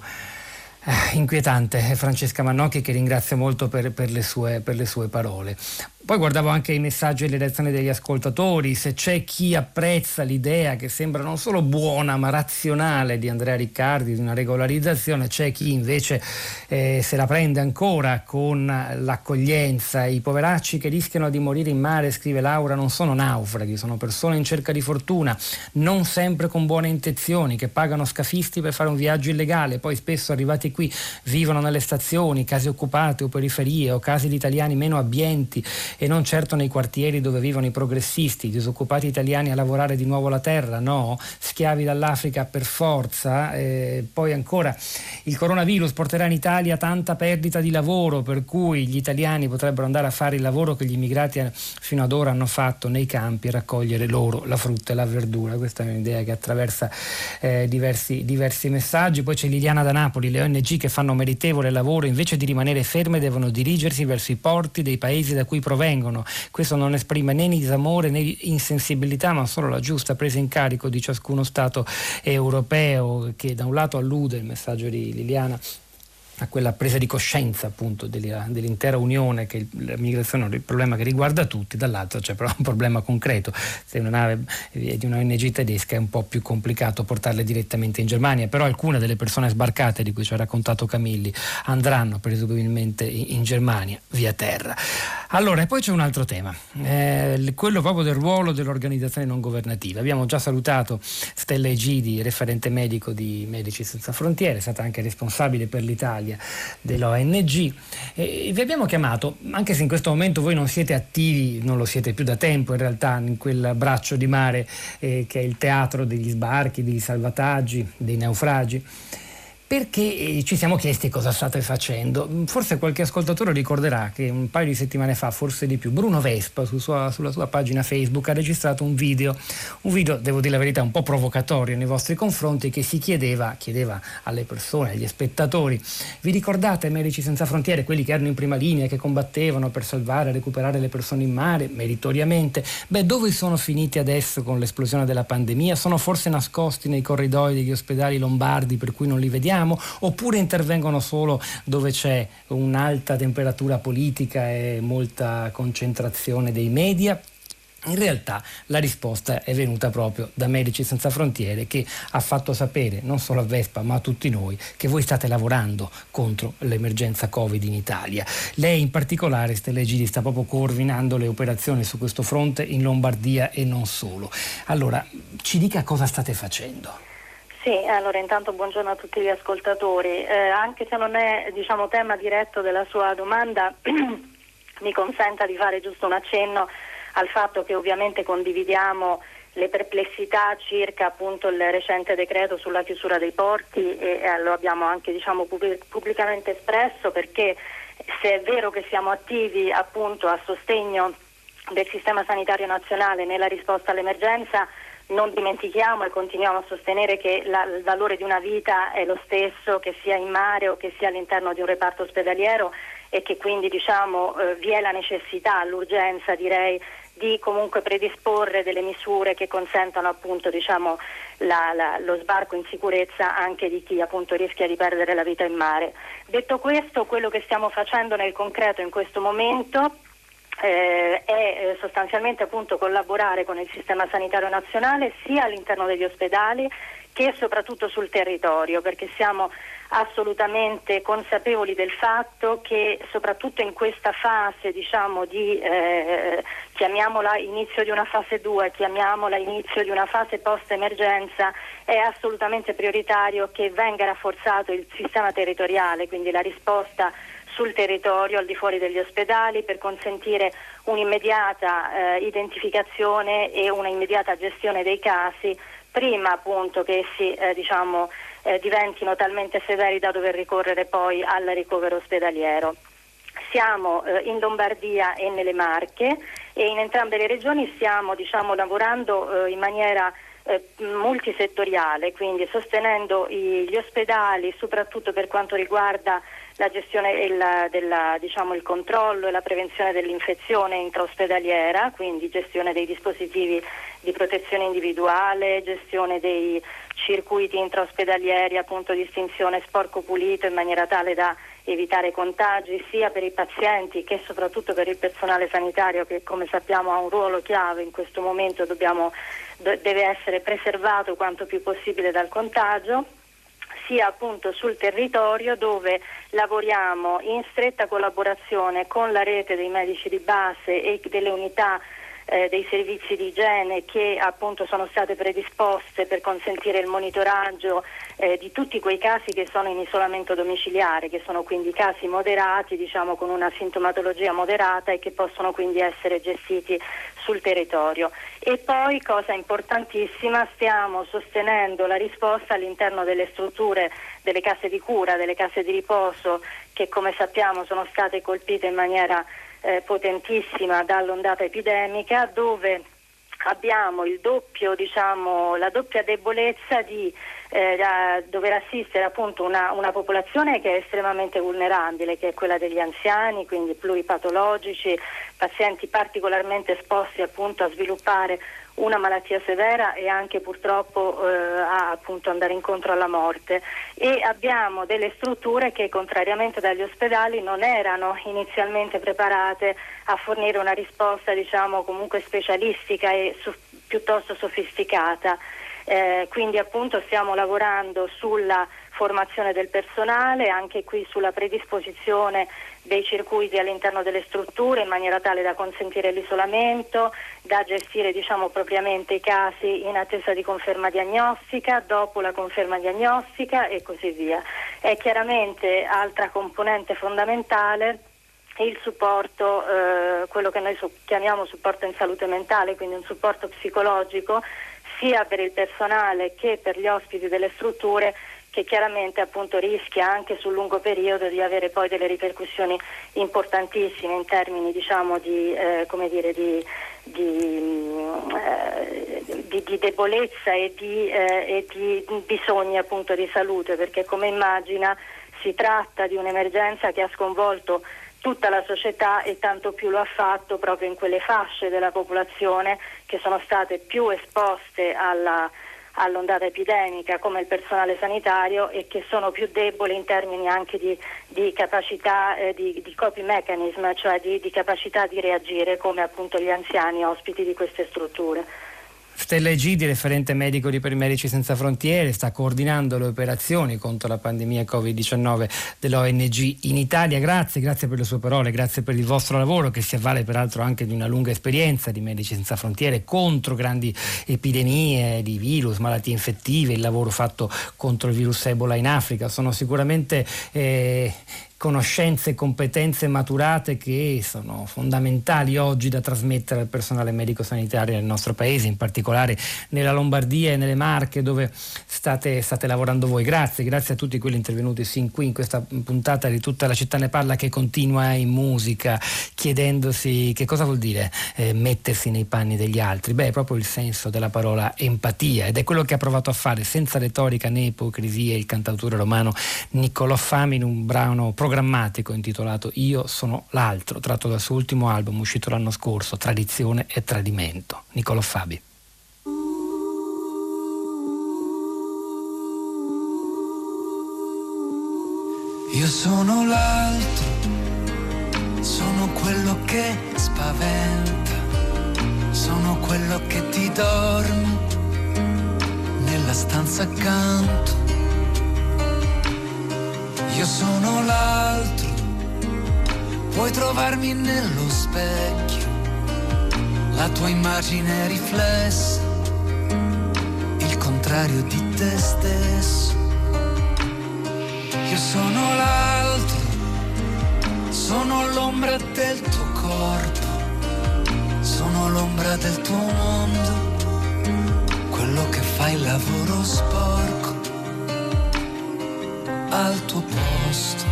eh, inquietante. Francesca Mannocchi, che ringrazio molto per, per, le sue, per le sue parole. Poi guardavo anche i messaggi e le reazioni degli ascoltatori. Se c'è chi apprezza l'idea, che sembra non solo buona ma razionale, di Andrea Riccardi, di una regolarizzazione, c'è chi invece eh, se la prende ancora con l'accoglienza. I poveracci che rischiano di morire in mare, scrive Laura, non sono naufraghi, sono persone in cerca di fortuna, non sempre con buone intenzioni, che pagano scafisti per fare un viaggio illegale, poi spesso arrivati qui vivono nelle stazioni, case occupate o periferie, o case di italiani meno abbienti, e non certo nei quartieri dove vivono i progressisti, disoccupati italiani a lavorare di nuovo la terra, no, schiavi dall'Africa per forza. Eh, poi ancora, il coronavirus porterà in Italia tanta perdita di lavoro, per cui gli italiani potrebbero andare a fare il lavoro che gli immigrati fino ad ora hanno fatto nei campi, e raccogliere loro la frutta e la verdura. Questa è un'idea che attraversa eh, diversi, diversi messaggi. Poi c'è Liliana da Napoli: le O N G che fanno meritevole lavoro, invece di rimanere ferme, devono dirigersi verso i porti dei paesi da cui provengono. Questo non esprime né disamore né insensibilità, ma solo la giusta presa in carico di ciascuno Stato europeo, che da un lato allude, il messaggio di Liliana, a quella presa di coscienza appunto dell'intera Unione, che la migrazione è un problema che riguarda tutti, dall'altro c'è però un problema concreto. Se una nave è di una O N G tedesca è un po' più complicato portarle direttamente in Germania, però alcune delle persone sbarcate di cui ci ha raccontato Camilli andranno presumibilmente in Germania via terra. Allora, e poi c'è un altro tema, eh, quello proprio del ruolo dell'organizzazione non governativa. Abbiamo già salutato Stella Egidi, referente medico di Medici Senza Frontiere, è stata anche responsabile per l'Italia dell'O N G, e vi abbiamo chiamato, anche se in questo momento voi non siete attivi, non lo siete più da tempo in realtà, in quel braccio di mare eh, che è il teatro degli sbarchi, dei salvataggi, dei naufragi, perché ci siamo chiesti cosa state facendo. Forse qualche ascoltatore ricorderà che un paio di settimane fa, forse di più, Bruno Vespa su sua, sulla sua pagina Facebook ha registrato un video, un video, devo dire la verità, un po' provocatorio nei vostri confronti, che si chiedeva, chiedeva alle persone, agli spettatori: vi ricordate Medici Senza Frontiere, quelli che erano in prima linea, che combattevano per salvare e recuperare le persone in mare meritoriamente? Beh, dove sono finiti adesso con l'esplosione della pandemia? Sono forse nascosti nei corridoi degli ospedali lombardi per cui non li vediamo? Oppure intervengono solo dove c'è un'alta temperatura politica e molta concentrazione dei media? In realtà la risposta è venuta proprio da Medici Senza Frontiere, che ha fatto sapere non solo a Vespa ma a tutti noi che voi state lavorando contro l'emergenza Covid in Italia. Lei in particolare, Stella Gidi, sta proprio coordinando le operazioni su questo fronte in Lombardia e non solo. Allora, ci dica cosa state facendo. Sì, allora intanto buongiorno a tutti gli ascoltatori. Eh, anche se non è, diciamo, tema diretto della sua domanda, mi consenta di fare giusto un accenno al fatto che ovviamente condividiamo le perplessità circa appunto il recente decreto sulla chiusura dei porti e, e lo abbiamo anche, diciamo, pubblicamente espresso, perché se è vero che siamo attivi appunto a sostegno del sistema sanitario nazionale nella risposta all'emergenza, non dimentichiamo e continuiamo a sostenere che la, il valore di una vita è lo stesso che sia in mare o che sia all'interno di un reparto ospedaliero, e che quindi, diciamo, eh, vi è la necessità, l'urgenza direi, di comunque predisporre delle misure che consentano appunto, diciamo, la, la, lo sbarco in sicurezza anche di chi appunto rischia di perdere la vita in mare. Detto questo, quello che stiamo facendo nel concreto in questo momento eh, è eh, sostanzialmente appunto collaborare con il sistema sanitario nazionale sia all'interno degli ospedali che soprattutto sul territorio, perché siamo assolutamente consapevoli del fatto che soprattutto in questa fase, diciamo, di eh, chiamiamola inizio di una fase due, chiamiamola inizio di una fase post-emergenza, è assolutamente prioritario che venga rafforzato il sistema territoriale, quindi la risposta sul territorio al di fuori degli ospedali, per consentire un'immediata eh, identificazione e una immediata gestione dei casi prima appunto che essi eh, diciamo eh, diventino talmente severi da dover ricorrere poi al ricovero ospedaliero. Siamo eh, in Lombardia e nelle Marche, e in entrambe le regioni stiamo, diciamo, lavorando eh, in maniera eh, multisettoriale, quindi sostenendo i, gli ospedali soprattutto per quanto riguarda la gestione e il, della, diciamo, il controllo e la prevenzione dell'infezione intraospedaliera, quindi gestione dei dispositivi di protezione individuale, gestione dei circuiti intraospedalieri, appunto distinzione sporco pulito, in maniera tale da evitare contagi sia per i pazienti che soprattutto per il personale sanitario, che come sappiamo ha un ruolo chiave in questo momento, dobbiamo, deve essere preservato quanto più possibile dal contagio, sia appunto sul territorio, dove lavoriamo in stretta collaborazione con la rete dei medici di base e delle unità eh, dei servizi di igiene che appunto sono state predisposte per consentire il monitoraggio eh, di tutti quei casi che sono in isolamento domiciliare, che sono quindi casi moderati, diciamo con una sintomatologia moderata, e che possono quindi essere gestiti sul territorio. E poi, cosa importantissima, stiamo sostenendo la risposta all'interno delle strutture delle case di cura, delle case di riposo, che come sappiamo sono state colpite in maniera eh, potentissima dall'ondata epidemica, dove abbiamo il doppio, diciamo, la doppia debolezza di eh, da dover assistere appunto una, una popolazione che è estremamente vulnerabile, che è quella degli anziani, quindi pluripatologici, pazienti particolarmente esposti appunto a sviluppare una malattia severa e anche purtroppo eh, a appunto andare incontro alla morte. E abbiamo delle strutture che, contrariamente dagli ospedali, non erano inizialmente preparate a fornire una risposta, diciamo, comunque specialistica e su, piuttosto sofisticata. Eh, quindi appunto stiamo lavorando sulla formazione del personale, anche qui sulla predisposizione dei circuiti all'interno delle strutture in maniera tale da consentire l'isolamento, da gestire, diciamo, propriamente i casi in attesa di conferma diagnostica, dopo la conferma diagnostica e così via. È chiaramente altra componente fondamentale il supporto, eh, quello che noi su- chiamiamo supporto in salute mentale, quindi un supporto psicologico sia per il personale che per gli ospiti delle strutture, che chiaramente appunto rischia anche sul lungo periodo di avere poi delle ripercussioni importantissime in termini diciamo di eh, come dire di di, eh, di, di debolezza e di, eh, e di bisogni appunto di salute, perché come immagina si tratta di un'emergenza che ha sconvolto tutta la società e tanto più lo ha fatto proprio in quelle fasce della popolazione che sono state più esposte alla all'ondata epidemica, come il personale sanitario, e che sono più deboli in termini anche di, di capacità eh, di, di coping mechanism, cioè di, di capacità di reagire, come appunto gli anziani ospiti di queste strutture. Stella Egidi, referente medico di Per Medici Senza Frontiere, sta coordinando le operazioni contro la pandemia covid diciannove dell'O N G in Italia. Grazie, grazie per le sue parole, grazie per il vostro lavoro, che si avvale peraltro anche di una lunga esperienza di Medici Senza Frontiere contro grandi epidemie di virus, malattie infettive, il lavoro fatto contro il virus Ebola in Africa. Sono sicuramente eh, conoscenze e competenze maturate che sono fondamentali oggi da trasmettere al personale medico-sanitario del nostro paese, in particolare nella Lombardia e nelle Marche, dove state, state lavorando voi. Grazie, grazie a tutti quelli intervenuti sin qui in questa puntata di Tutta la città ne parla, che continua in musica, chiedendosi che cosa vuol dire eh, mettersi nei panni degli altri. Beh, è proprio il senso della parola empatia, ed è quello che ha provato a fare senza retorica né ipocrisia il cantautore romano Niccolò Fami in un brano programmatico drammatico intitolato Io sono l'altro, tratto dal suo ultimo album uscito l'anno scorso, Tradizione e Tradimento. Niccolò Fabi. Io sono l'altro, sono quello che spaventa, sono quello che ti dorme nella stanza accanto. Io sono l'altro, puoi trovarmi nello specchio, la tua immagine riflessa, il contrario di te stesso. Io sono l'altro, sono l'ombra del tuo corpo, sono l'ombra del tuo mondo, quello che fa il lavoro sporco al tuo posto.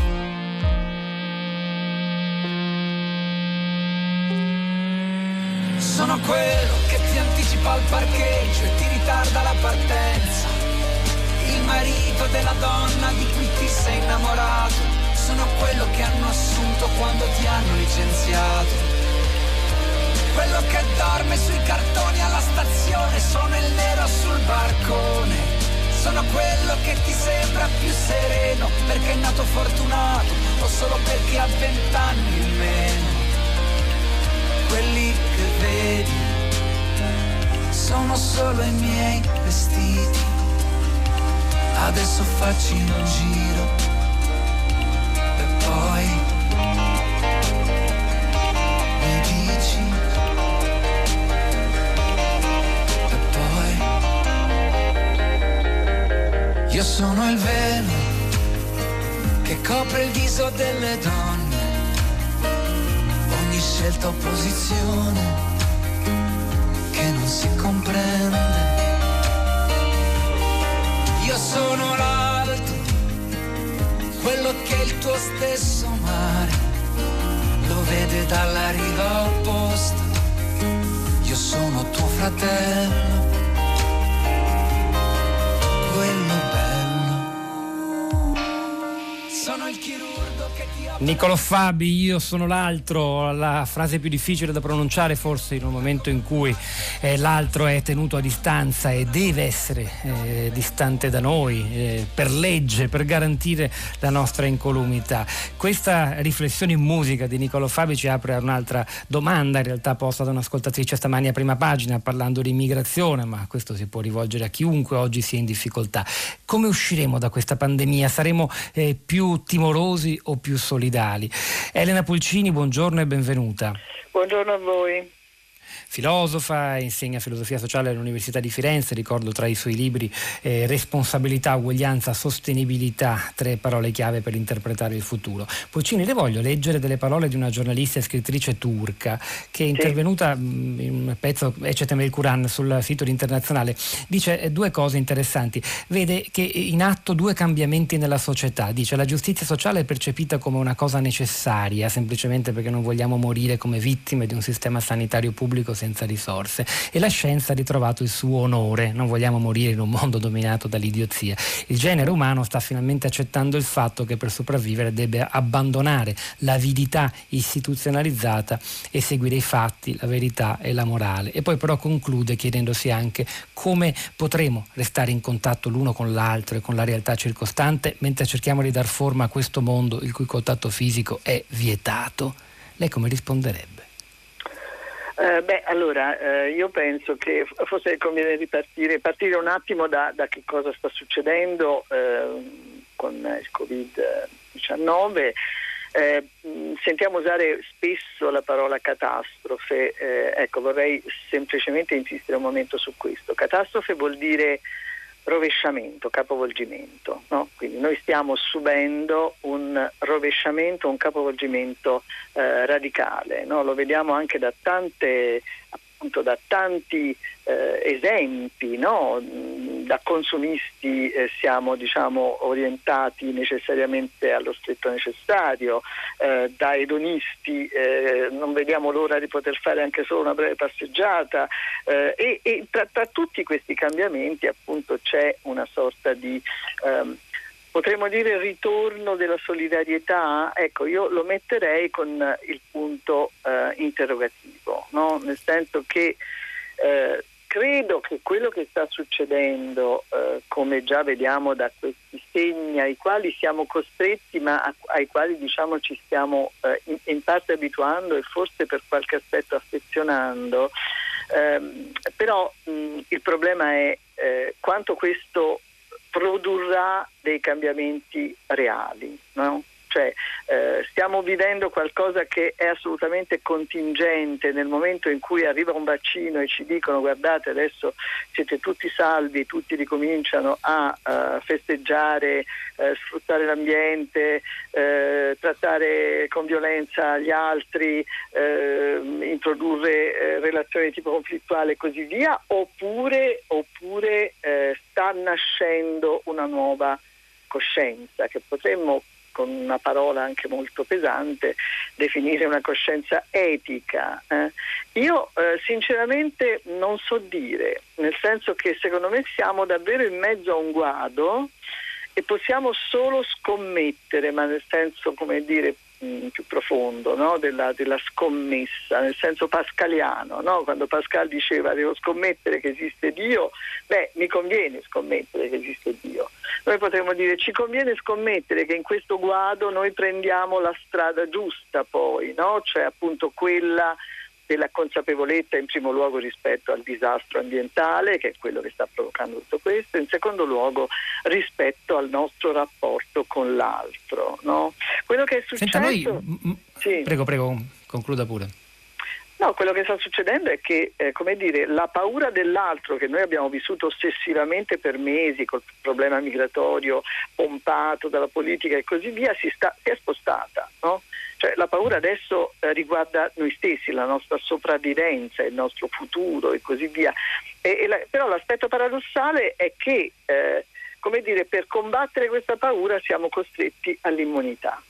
Sono quello che ti anticipa al parcheggio e ti ritarda la partenza, il marito della donna di cui ti sei innamorato. Sono quello che hanno assunto quando ti hanno licenziato, quello che dorme sui cartoni alla stazione. Sono il nero sul barcone, sono quello che ti sembra più sereno perché è nato fortunato o solo perché ha vent'anni in meno. Quelli che vedi sono solo i miei vestiti, adesso facci un giro e poi mi dici. Io sono il velo che copre il viso delle donne, ogni scelta o posizione che non si comprende. Io sono l'altro, quello che il tuo stesso mare lo vede dalla riva opposta. Io sono tuo fratello, Niccolò Fabi, io sono l'altro, la frase più difficile da pronunciare forse in un momento in cui eh, l'altro è tenuto a distanza e deve essere eh, distante da noi eh, per legge, per garantire la nostra incolumità. Questa riflessione in musica di Niccolò Fabi ci apre a un'altra domanda, in realtà posta da un'ascoltatrice stamani a Prima Pagina, parlando di immigrazione, ma questo si può rivolgere a chiunque oggi sia in difficoltà. Come usciremo da questa pandemia? Saremo eh, più timorosi o più solidali? Elena Pulcini, buongiorno e benvenuta. Buongiorno a voi. filosofa, insegna filosofia sociale all'Università di Firenze, ricordo tra i suoi libri eh, responsabilità, uguaglianza, sostenibilità, tre parole chiave per interpretare il futuro. Puccini, le voglio leggere delle parole di una giornalista e scrittrice turca che è intervenuta mh, in un pezzo Eccetem el Quran sul sito di Internazionale. Dice eh, due cose interessanti, vede che in atto due cambiamenti nella società, dice la giustizia sociale è percepita come una cosa necessaria semplicemente perché non vogliamo morire come vittime di un sistema sanitario pubblico senza risorse, e la scienza ha ritrovato il suo onore, non vogliamo morire in un mondo dominato dall'idiozia. Il genere umano sta finalmente accettando il fatto che per sopravvivere debba abbandonare l'avidità istituzionalizzata e seguire i fatti, la verità e la morale. E poi però conclude chiedendosi anche come potremo restare in contatto l'uno con l'altro e con la realtà circostante mentre cerchiamo di dar forma a questo mondo il cui contatto fisico è vietato. Lei come risponderebbe? Eh, beh, allora, eh, io penso che forse conviene ripartire partire un attimo da, da che cosa sta succedendo eh, con il covid diciannove. Eh, sentiamo usare spesso la parola catastrofe, eh, ecco, vorrei semplicemente insistere un momento su questo. Catastrofe vuol dire rovesciamento, capovolgimento, no? Quindi noi stiamo subendo un rovesciamento, un capovolgimento eh, radicale, no? Lo vediamo anche da tante, appunto, da tanti eh, esempi, no? Da consumisti eh, siamo, diciamo, orientati necessariamente allo stretto necessario, eh, da edonisti eh, non vediamo l'ora di poter fare anche solo una breve passeggiata, eh, e, e tra, tra tutti questi cambiamenti appunto c'è una sorta di ehm, potremmo dire ritorno della solidarietà. Ecco, io lo metterei con il punto eh, interrogativo, no? Nel senso che eh, credo che quello che sta succedendo, eh, come già vediamo da questi segni ai quali siamo costretti, ma a, ai quali diciamo ci stiamo eh, in, in parte abituando e forse per qualche aspetto affezionando, ehm, però mh, il problema è eh, quanto questo produrrà dei cambiamenti reali, no? Cioè eh, stiamo vivendo qualcosa che è assolutamente contingente. Nel momento in cui arriva un vaccino e ci dicono guardate adesso siete tutti salvi, tutti ricominciano a uh, festeggiare, uh, sfruttare l'ambiente, uh, trattare con violenza gli altri, uh, introdurre uh, relazioni di tipo conflittuale e così via, oppure, oppure uh, sta nascendo una nuova coscienza che potremmo, con una parola anche molto pesante, definire una coscienza etica. Eh. Io eh, sinceramente non so dire, nel senso che secondo me siamo davvero in mezzo a un guado e possiamo solo scommettere, ma nel senso, come dire, mh, più profondo, no? della, della scommessa, nel senso pascaliano, no? Quando Pascal diceva devo scommettere che esiste Dio, beh, mi conviene scommettere che esiste Dio. Noi potremmo dire ci conviene scommettere che in questo guado noi prendiamo la strada giusta poi, no? Cioè appunto quella della consapevolezza in primo luogo rispetto al disastro ambientale, che è quello che sta provocando tutto questo, in secondo luogo rispetto al nostro rapporto con l'altro, no? Quello che è successo... Senta, noi... sì. Prego, prego, concluda pure. No, quello che sta succedendo è che, eh, come dire, la paura dell'altro che noi abbiamo vissuto ossessivamente per mesi col problema migratorio pompato dalla politica e così via, si, sta, si è spostata, no? Cioè la paura adesso eh, riguarda noi stessi, la nostra sopravvivenza, il nostro futuro e così via. E, e la, però l'aspetto paradossale è che, eh, come dire, per combattere questa paura siamo costretti all'immunità.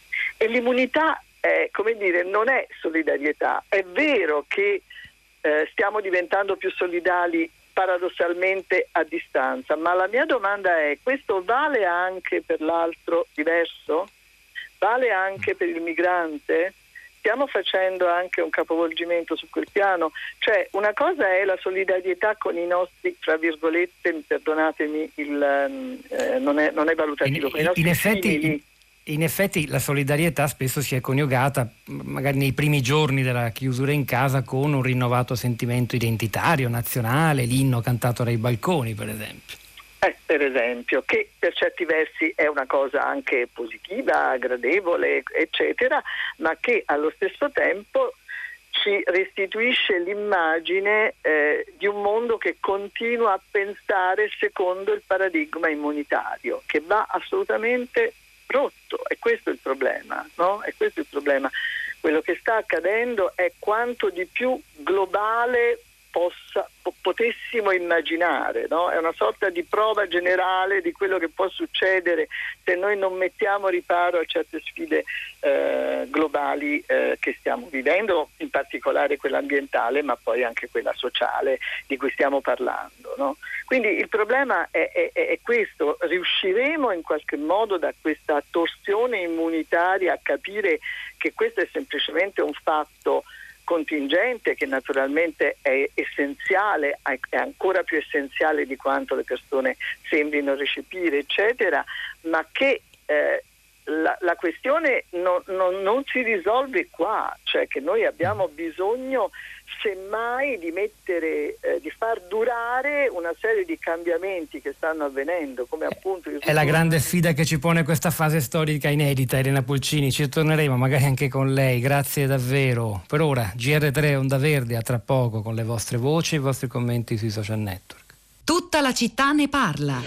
E l'immunità Eh, come dire, non è solidarietà. È vero che eh, stiamo diventando più solidali paradossalmente a distanza, ma la mia domanda è: questo vale anche per l'altro diverso? Vale anche per il migrante? Stiamo facendo anche un capovolgimento su quel piano? Cioè, una cosa è la solidarietà con i nostri, tra virgolette, perdonatemi, il, eh, non, è, non è valutativo, in, con i nostri in effetti simili. In effetti la solidarietà spesso si è coniugata magari nei primi giorni della chiusura in casa con un rinnovato sentimento identitario, nazionale, l'inno cantato dai balconi per esempio. Eh, per esempio, che per certi versi è una cosa anche positiva, gradevole, eccetera, ma che allo stesso tempo ci restituisce l'immagine eh, di un mondo che continua a pensare secondo il paradigma immunitario, che va assolutamente rotto. E questo è il problema, no? E questo è il problema. Quello che sta accadendo è quanto di più globale possa, po- potessimo immaginare, no? È una sorta di prova generale di quello che può succedere se noi non mettiamo riparo a certe sfide eh, globali eh, che stiamo vivendo, in particolare quella ambientale, ma poi anche quella sociale di cui stiamo parlando, no? Quindi il problema è, è, è questo: riusciremo in qualche modo da questa torsione immunitaria a capire che questo è semplicemente un fatto contingente, che naturalmente è essenziale, è ancora più essenziale di quanto le persone sembrino recepire, eccetera, ma che eh, la, la questione non, non, non si risolve qua, cioè che noi abbiamo bisogno semmai di mettere, eh, di far durare una serie di cambiamenti che stanno avvenendo, come appunto il è la grande sfida che ci pone questa fase storica inedita. Elena Pulcini, ci torneremo magari anche con lei, grazie davvero. Per ora G R tre Onda Verde, a tra poco con le vostre voci e i vostri commenti sui social network. Tutta la città ne parla.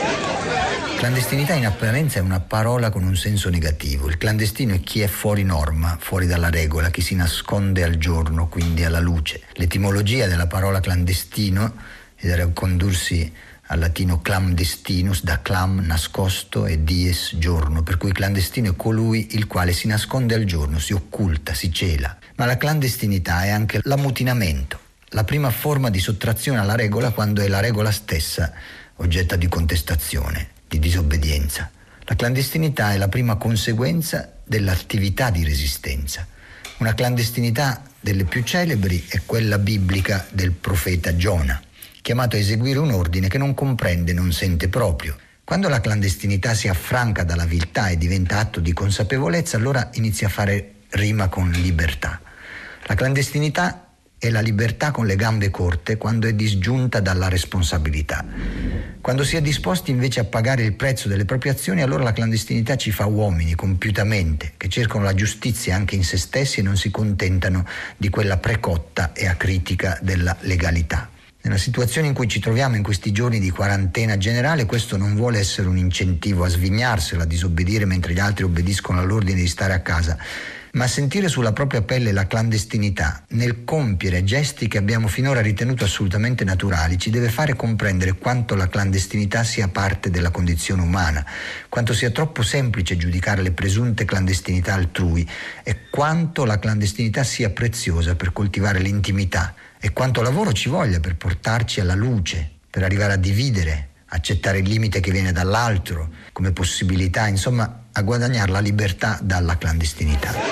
Clandestinità in apparenza è una parola con un senso negativo. Il clandestino è chi è fuori norma, fuori dalla regola, chi si nasconde al giorno, quindi alla luce. L'etimologia della parola clandestino è da ricondursi al latino clandestinus, da clam, nascosto, e dies, giorno, per cui clandestino è colui il quale si nasconde al giorno, si occulta, si cela. Ma la clandestinità è anche l'ammutinamento, la prima forma di sottrazione alla regola quando è la regola stessa oggetto di contestazione, di disobbedienza. La clandestinità è la prima conseguenza dell'attività di resistenza. Una clandestinità delle più celebri è quella biblica del profeta Giona, chiamato a eseguire un ordine che non comprende, non sente proprio. Quando la clandestinità si affranca dalla viltà e diventa atto di consapevolezza, allora inizia a fare rima con libertà. La clandestinità è la libertà con le gambe corte quando è disgiunta dalla responsabilità. Quando si è disposti invece a pagare il prezzo delle proprie azioni, allora la clandestinità ci fa uomini compiutamente, che cercano la giustizia anche in se stessi e non si contentano di quella precotta e acritica della legalità. Nella situazione in cui ci troviamo in questi giorni di quarantena generale, questo non vuole essere un incentivo a svignarsela, a disobbedire mentre gli altri obbediscono all'ordine di stare a casa, ma sentire sulla propria pelle la clandestinità nel compiere gesti che abbiamo finora ritenuto assolutamente naturali ci deve fare comprendere quanto la clandestinità sia parte della condizione umana, quanto sia troppo semplice giudicare le presunte clandestinità altrui e quanto la clandestinità sia preziosa per coltivare l'intimità e quanto lavoro ci voglia per portarci alla luce, per arrivare a dividere, accettare il limite che viene dall'altro come possibilità, insomma a guadagnare la libertà dalla clandestinità.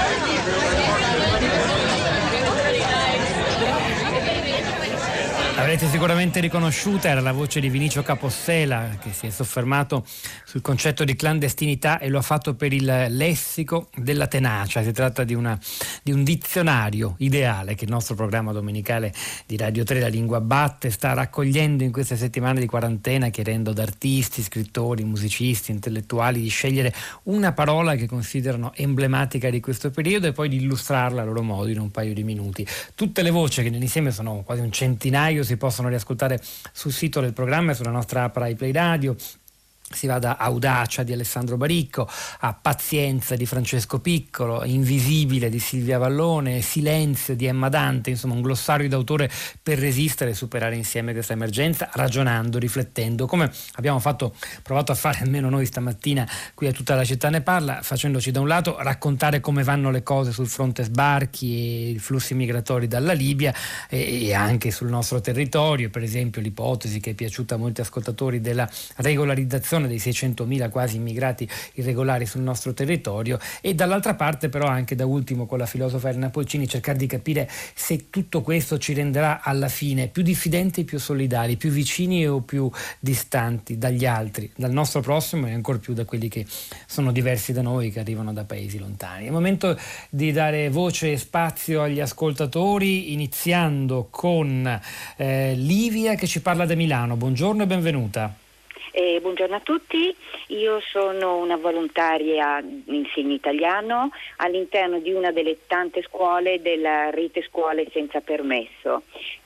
Avrete sicuramente riconosciuta, era la voce di Vinicio Capossela, che si è soffermato sul concetto di clandestinità e lo ha fatto per il lessico della tenacia. Si tratta di, una, di un dizionario ideale che il nostro programma domenicale di Radio tre, La Lingua Batte, sta raccogliendo in queste settimane di quarantena, chiedendo ad artisti, scrittori, musicisti, intellettuali di scegliere una parola che considerano emblematica di questo periodo e poi di illustrarla a loro modo in un paio di minuti. Tutte le voci, che nell'insieme sono quasi un centinaio, si possono riascoltare sul sito del programma e sulla nostra app Rai Play Radio. Si va da Audacia di Alessandro Baricco a Pazienza di Francesco Piccolo, Invisibile di Silvia Vallone, Silenzio di Emma Dante, insomma un glossario d'autore per resistere e superare insieme questa emergenza, ragionando, riflettendo, come abbiamo fatto, provato a fare almeno noi stamattina qui a Tutta la città ne parla, facendoci da un lato raccontare come vanno le cose sul fronte sbarchi e i flussi migratori dalla Libia e, e anche sul nostro territorio, per esempio l'ipotesi che è piaciuta a molti ascoltatori della regolarizzazione dei seicentomila quasi immigrati irregolari sul nostro territorio, e dall'altra parte però anche da ultimo con la filosofa Elena Pulcini cercare di capire se tutto questo ci renderà alla fine più diffidenti, più solidari, più vicini o più distanti dagli altri, dal nostro prossimo e ancor più da quelli che sono diversi da noi, che arrivano da paesi lontani. È il momento di dare voce e spazio agli ascoltatori, iniziando con eh, Livia che ci parla da Milano. Buongiorno e benvenuta. Eh, buongiorno a tutti, io sono una volontaria, insegno italiano all'interno di una delle tante scuole della rete scuole senza permesso.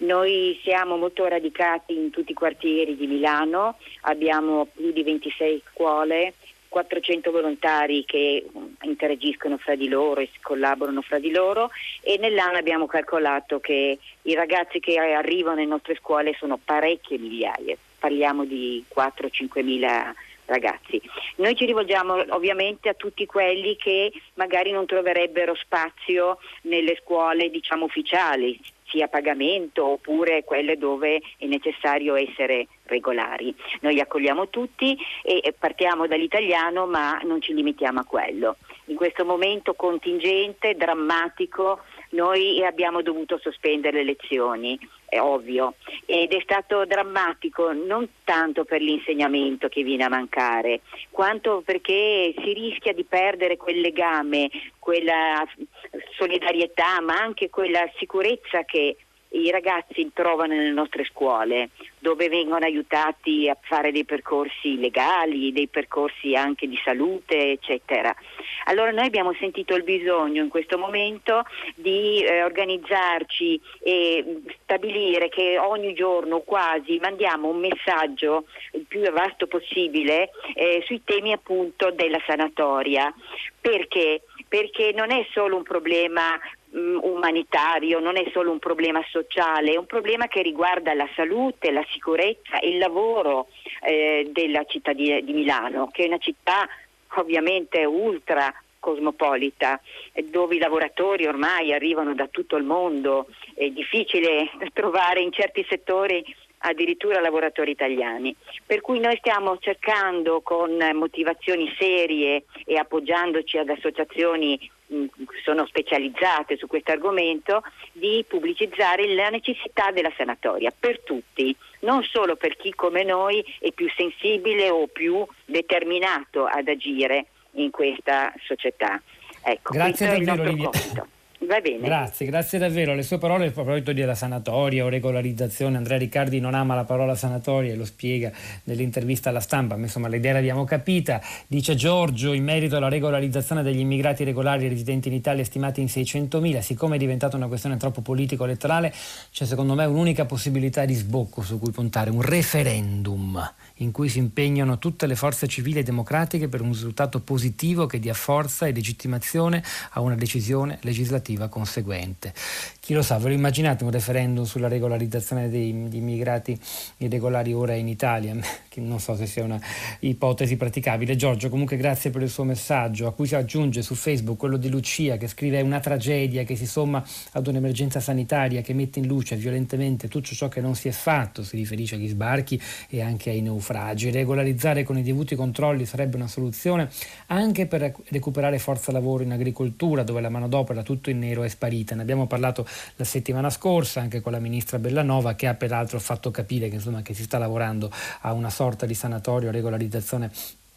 Noi siamo molto radicati in tutti i quartieri di Milano, abbiamo più di ventisei scuole, quattrocento volontari che interagiscono fra di loro e si collaborano fra di loro, e nell'anno abbiamo calcolato che i ragazzi che arrivano nelle nostre scuole sono parecchie migliaia. Parliamo di quattro cinque mila ragazzi. Noi ci rivolgiamo ovviamente a tutti quelli che magari non troverebbero spazio nelle scuole, diciamo, ufficiali, sia a pagamento oppure quelle dove è necessario essere regolari. Noi accogliamo tutti e partiamo dall'italiano, ma non ci limitiamo a quello. In questo momento contingente, drammatico, noi abbiamo dovuto sospendere le lezioni, è ovvio, ed è stato drammatico non tanto per l'insegnamento che viene a mancare, quanto perché si rischia di perdere quel legame, quella solidarietà, ma anche quella sicurezza che i ragazzi trovano nelle nostre scuole, dove vengono aiutati a fare dei percorsi legali, dei percorsi anche di salute, eccetera. Allora noi abbiamo sentito il bisogno in questo momento di eh, organizzarci e stabilire che ogni giorno quasi mandiamo un messaggio il più vasto possibile eh, sui temi appunto della sanatoria. Perché? Perché non è solo un problema umanitario, non è solo un problema sociale, è un problema che riguarda la salute, la sicurezza e il lavoro eh, della città di, di Milano, che è una città ovviamente ultra cosmopolita, dove i lavoratori ormai arrivano da tutto il mondo, è difficile trovare in certi settori addirittura lavoratori italiani, per cui noi stiamo cercando con motivazioni serie e appoggiandoci ad associazioni mh, che sono specializzate su questo argomento, di pubblicizzare la necessità della sanatoria per tutti, non solo per chi come noi è più sensibile o più determinato ad agire in questa società. Ecco, grazie davvero, Livia. Compito. Va bene. Grazie, grazie davvero. Le sue parole a proposito della sanatoria o regolarizzazione. Andrea Riccardi non ama la parola sanatoria e lo spiega nell'intervista alla Stampa, ma insomma l'idea l'abbiamo capita. Dice Giorgio, in merito alla regolarizzazione degli immigrati regolari residenti in Italia stimati in seicentomila, siccome è diventata una questione troppo politico-elettorale, c'è secondo me un'unica possibilità di sbocco su cui puntare, un referendum in cui si impegnano tutte le forze civili e democratiche per un risultato positivo che dia forza e legittimazione a una decisione legislativa conseguente. Chi lo sa, ve lo immaginate un referendum sulla regolarizzazione dei, degli immigrati irregolari ora in Italia? Non so se sia una ipotesi praticabile. Giorgio, comunque grazie per il suo messaggio, a cui si aggiunge su Facebook quello di Lucia, che scrive: è una tragedia che si somma ad un'emergenza sanitaria che mette in luce violentemente tutto ciò che non si è fatto. Si riferisce agli sbarchi e anche ai naufragi. Regolarizzare con i dovuti controlli sarebbe una soluzione anche per recuperare forza lavoro in agricoltura, dove la manodopera tutto in nero è sparita. Ne abbiamo parlato la settimana scorsa anche con la ministra Bellanova, che ha peraltro fatto capire che, insomma, che si sta lavorando a una sorta di sanatoria o regolarizzazione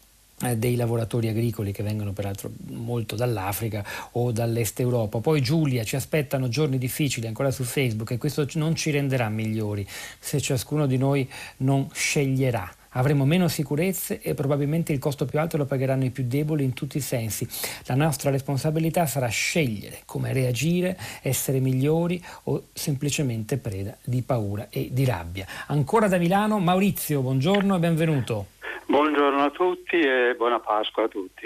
dei lavoratori agricoli che vengono peraltro molto dall'Africa o dall'est Europa. Poi Giulia: ci aspettano giorni difficili, ancora su Facebook, e questo non ci renderà migliori se ciascuno di noi non sceglierà. Avremo meno sicurezze e probabilmente il costo più alto lo pagheranno i più deboli in tutti i sensi. La nostra responsabilità sarà scegliere come reagire, essere migliori o semplicemente preda di paura e di rabbia. Ancora da Milano, Maurizio, buongiorno e benvenuto. Buongiorno a tutti e buona Pasqua a tutti.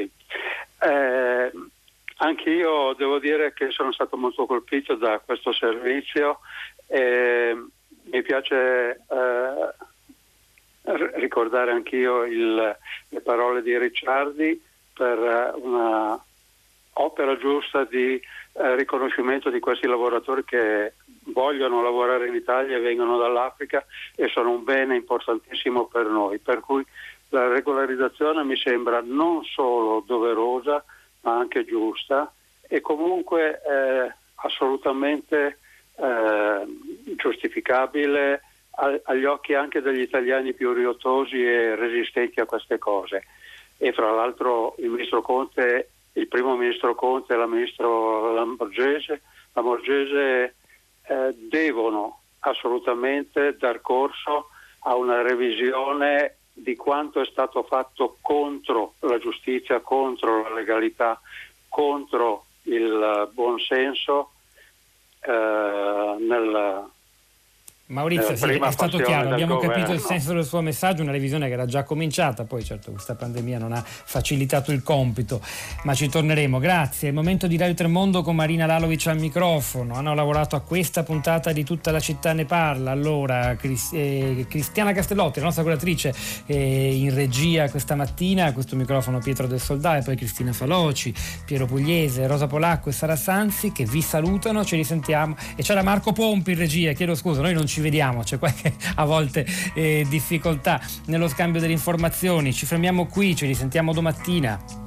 Eh, anche io devo dire che sono stato molto colpito da questo servizio e mi piace eh, ricordare anch'io il, le parole di Ricciardi per una opera giusta di eh, riconoscimento di questi lavoratori che vogliono lavorare in Italia e vengono dall'Africa e sono un bene importantissimo per noi, per cui la regolarizzazione mi sembra non solo doverosa ma anche giusta e comunque eh, assolutamente eh, giustificabile agli occhi anche degli italiani più riottosi e resistenti a queste cose. E fra l'altro il ministro Conte, il primo ministro Conte e la ministro Lamorgese, Lamorgese eh, devono assolutamente dar corso a una revisione di quanto è stato fatto contro la giustizia, contro la legalità, contro il buonsenso eh, nel Maurizio, eh, sì, è stato chiaro, abbiamo governo. capito il senso del suo messaggio, una revisione che era già cominciata, poi certo questa pandemia non ha facilitato il compito, ma ci torneremo. Grazie, è il momento di Radio Tremondo con Marina Lalovic al microfono. Hanno lavorato a questa puntata di Tutta la città ne parla. Allora, Crist- eh, Cristiana Castellotti, la nostra curatrice, eh, in regia questa mattina, a questo microfono Pietro del Soldà, e poi Cristina Faloci, Piero Pugliese, Rosa Polacco e Sara Sanzi che vi salutano, ci risentiamo. E c'era Marco Pompi in regia, chiedo scusa, noi non ci vediamo, c'è qualche a volte eh, difficoltà nello scambio delle informazioni. Ci fermiamo qui, ci risentiamo domattina.